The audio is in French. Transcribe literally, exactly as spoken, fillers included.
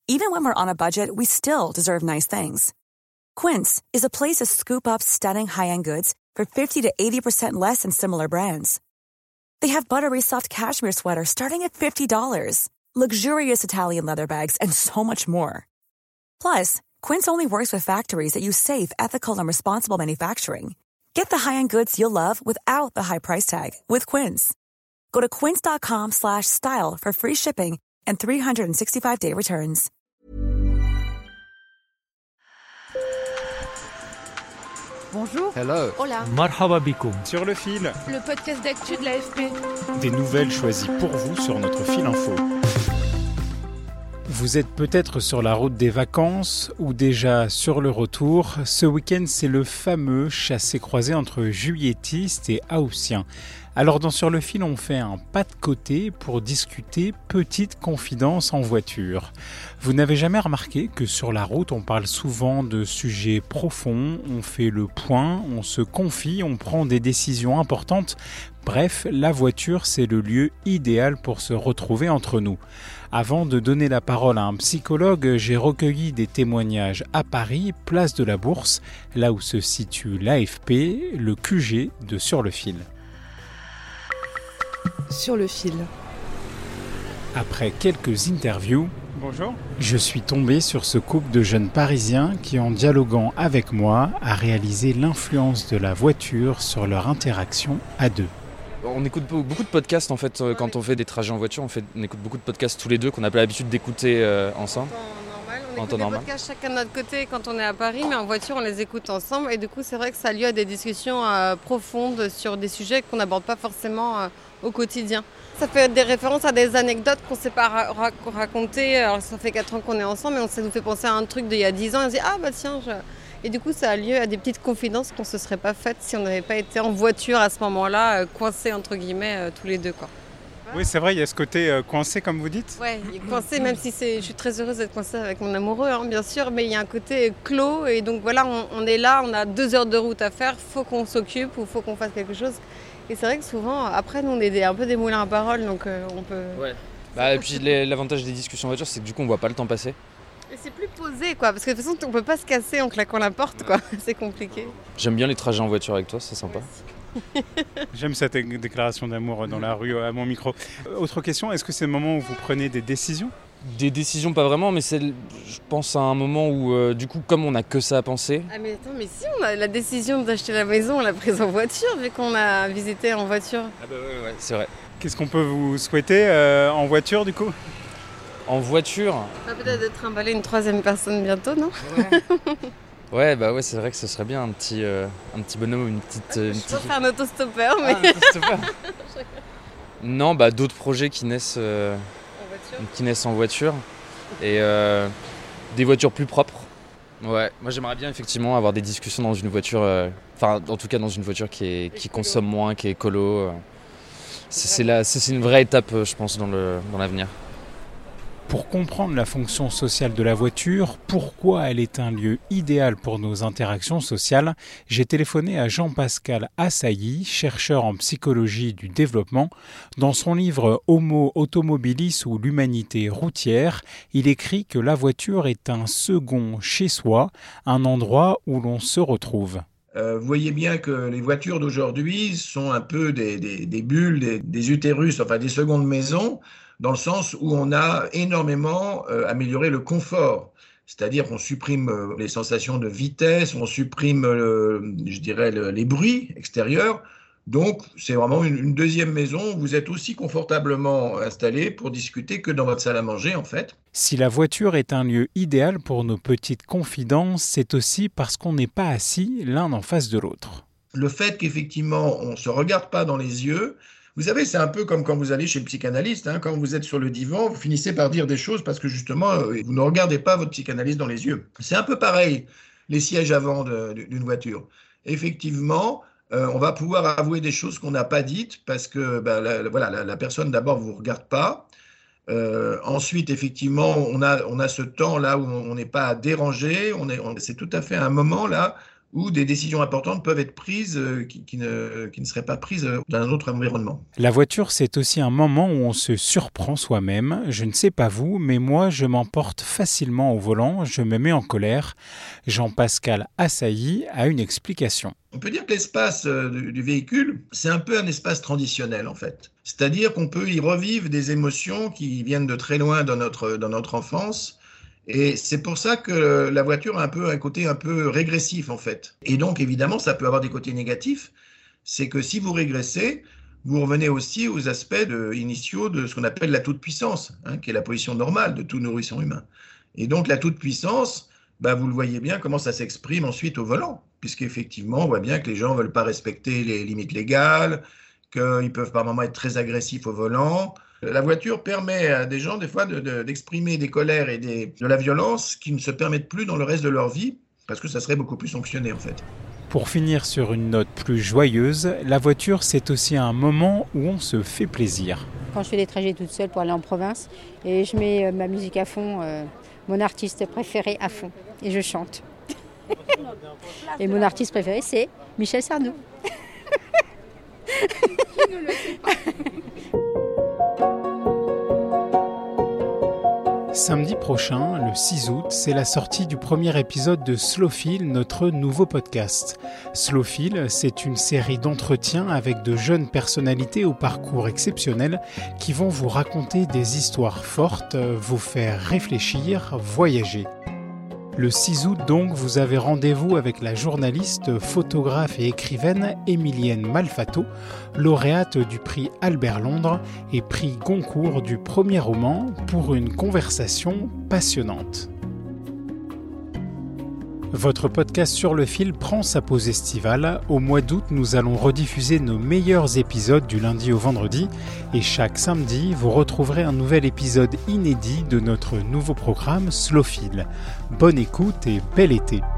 Even when we're on a budget, we still deserve nice things. Quince is a place to scoop up stunning high-end goods for fifty to eighty percent less than similar brands. They have buttery soft cashmere sweaters starting at fifty dollars, luxurious Italian leather bags, and so much more. Plus, Quince only works with factories that use safe, ethical, and responsible manufacturing. Get the high-end goods you'll love without the high price tag with Quince. Go to quince.com slash style for free shipping and three sixty-five day returns. Bonjour. Hello. Hola. Marhaba bikoum. Sur le fil. Le podcast d'actu de l'A F P. Des nouvelles choisies pour vous sur notre fil info. Vous êtes peut-être sur la route des vacances ou déjà sur le retour. Ce week-end, c'est le fameux chassé-croisé entre juilletistes et haussiens. Alors dans Sur le fil, on fait un pas de côté pour discuter petite confidence en voiture. Vous n'avez jamais remarqué que sur la route, on parle souvent de sujets profonds, on fait le point, on se confie, on prend des décisions importantes. Bref, la voiture, c'est le lieu idéal pour se retrouver entre nous. Avant de donner la parole à un psychologue, j'ai recueilli des témoignages à Paris, place de la Bourse, là où se situe l'A F P, le Q G de Sur le fil. Sur le fil. Après quelques interviews, Bonjour. je suis tombé sur ce couple de jeunes Parisiens qui, en dialoguant avec moi, a réalisé l'influence de la voiture sur leur interaction à deux. On écoute beaucoup de podcasts en fait quand on fait des trajets en voiture. On, fait, on écoute beaucoup de podcasts tous les deux qu'on n'a pas l'habitude d'écouter euh, ensemble. On écoute des podcasts chacun de notre côté quand on est à Paris, mais en voiture on les écoute ensemble et du coup c'est vrai que ça a lieu à des discussions euh, profondes sur des sujets qu'on n'aborde pas forcément euh, au quotidien. Ça fait des références à des anecdotes qu'on ne s'est pas ra- ra- racontées. Alors ça fait quatre ans qu'on est ensemble, mais ça nous fait penser à un truc d'il y a dix ans et on se dit ah bah tiens je... Et du coup ça a lieu à des petites confidences qu'on ne se serait pas faites si on n'avait pas été en voiture à ce moment-là, euh, coincés entre guillemets euh, tous les deux quoi. Oui, c'est vrai, il y a ce côté euh, coincé, comme vous dites. Ouais, il est coincé, même si c'est, je suis très heureuse d'être coincée avec mon amoureux, hein, bien sûr, mais il y a un côté clos, et donc voilà, on, on est là, on a deux heures de route à faire, faut qu'on s'occupe ou faut qu'on fasse quelque chose. Et c'est vrai que souvent, après, nous, on est des, un peu des moulins à parole, donc euh, on peut... Ouais. Bah, et puis les, l'avantage des discussions en voiture, c'est que du coup, on voit pas le temps passer. Et c'est plus posé, quoi, parce que de toute façon, on peut pas se casser en claquant la porte, quoi, c'est compliqué. J'aime bien les trajets en voiture avec toi, c'est sympa. J'aime cette déclaration d'amour dans la rue à mon micro. Autre question, est-ce que c'est le moment où vous prenez des décisions ? Des décisions, pas vraiment, mais c'est, je pense à un moment où, euh, du coup, comme on n'a que ça à penser. Ah mais attends, mais si, on a la décision d'acheter la maison, on l'a prise en voiture, vu qu'on a visité en voiture. Ah bah ouais, ouais, c'est vrai. Qu'est-ce qu'on peut vous souhaiter euh, en voiture, du coup ? En voiture, On va peut-être de trimballer une troisième personne bientôt, non ? ouais, bah ouais, c'est vrai que ce serait bien un petit, euh, un petit bonhomme ou une petite... euh, une Je petite... peux faire un autostoppeur, mais... Ah, un autostoppeur. Non, bah d'autres projets qui naissent, euh, En voiture. qui naissent en voiture et euh, des voitures plus propres. Ouais, moi j'aimerais bien effectivement avoir des discussions dans une voiture, euh, enfin en tout cas dans une voiture qui, est, qui consomme moins, qui est écolo. euh. C'est, c'est, la, c'est, c'est une vraie étape, euh, je pense, dans, le, dans l'avenir. Pour comprendre la fonction sociale de la voiture, pourquoi elle est un lieu idéal pour nos interactions sociales, j'ai téléphoné à Jean-Pascal Assailly, chercheur en psychologie du développement. Dans son livre Homo automobilis ou l'humanité routière, il écrit que la voiture est un second chez soi, un endroit où l'on se retrouve. Euh, vous voyez bien que les voitures d'aujourd'hui sont un peu des, des, des bulles, des, des utérus, enfin des secondes maisons, dans le sens où on a énormément euh, amélioré le confort. C'est-à-dire qu'on supprime euh, les sensations de vitesse, on supprime, euh, je dirais, le, les bruits extérieurs. Donc, c'est vraiment une, une deuxième maison où vous êtes aussi confortablement installé pour discuter que dans votre salle à manger, en fait. Si la voiture est un lieu idéal pour nos petites confidences, c'est aussi parce qu'on n'est pas assis l'un en face de l'autre. Le fait qu'effectivement, on ne se regarde pas dans les yeux, vous savez, c'est un peu comme quand vous allez chez le psychanalyste, hein, quand vous êtes sur le divan, vous finissez par dire des choses parce que justement, euh, vous ne regardez pas votre psychanalyste dans les yeux. C'est un peu pareil, les sièges avant de, d'une voiture. Effectivement, euh, on va pouvoir avouer des choses qu'on n'a pas dites parce que ben, la, la, voilà, la, la personne d'abord ne vous regarde pas. Euh, ensuite, effectivement, on a, on a ce temps là où on n'est pas dérangé. On est, on, c'est tout à fait un moment là où des décisions importantes peuvent être prises euh, qui, qui, ne, qui ne seraient pas prises dans un autre environnement. La voiture, c'est aussi un moment où on se surprend soi-même. Je ne sais pas vous, mais moi, je m'emporte facilement au volant, je me mets en colère. Jean-Pascal Assailly a une explication. On peut dire que l'espace du, du véhicule, c'est un peu un espace transitionnel en fait. C'est-à-dire qu'on peut y revivre des émotions qui viennent de très loin dans notre, dans notre enfance. Et c'est pour ça que la voiture a un peu un côté un peu régressif en fait. Et donc évidemment, ça peut avoir des côtés négatifs. C'est que si vous régressez, vous revenez aussi aux aspects de, initiaux de ce qu'on appelle la toute-puissance, hein, qui est la position normale de tout nourrisson humain. Et donc la toute-puissance, bah, vous le voyez bien comment ça s'exprime ensuite au volant, puisqu'effectivement, on voit bien que les gens ne veulent pas respecter les limites légales, qu'ils peuvent par moments être très agressifs au volant. La voiture permet à des gens, des fois, de, de, d'exprimer des colères et des, de la violence qui ne se permettent plus dans le reste de leur vie, parce que ça serait beaucoup plus sanctionné, en fait. Pour finir sur une note plus joyeuse, la voiture, c'est aussi un moment où on se fait plaisir. Quand je fais des trajets toute seule pour aller en province, et je mets ma musique à fond, euh, mon artiste préféré à fond, et je chante. Et mon artiste préféré, c'est Michel Sardou. Qui ne le sait pas. Samedi prochain, le six août, c'est la sortie du premier épisode de Slowfil, notre nouveau podcast. Slowfil, c'est une série d'entretiens avec de jeunes personnalités au parcours exceptionnel qui vont vous raconter des histoires fortes, vous faire réfléchir, voyager. Le six août donc, vous avez rendez-vous avec la journaliste, photographe et écrivaine Émilienne Malfato, lauréate du prix Albert Londres et prix Goncourt du premier roman, pour une conversation passionnante. Votre podcast Sur le fil prend sa pause estivale. Au mois d'août, nous allons rediffuser nos meilleurs épisodes du lundi au vendredi. Et chaque samedi, vous retrouverez un nouvel épisode inédit de notre nouveau programme Slowfil. Bonne écoute et bel été!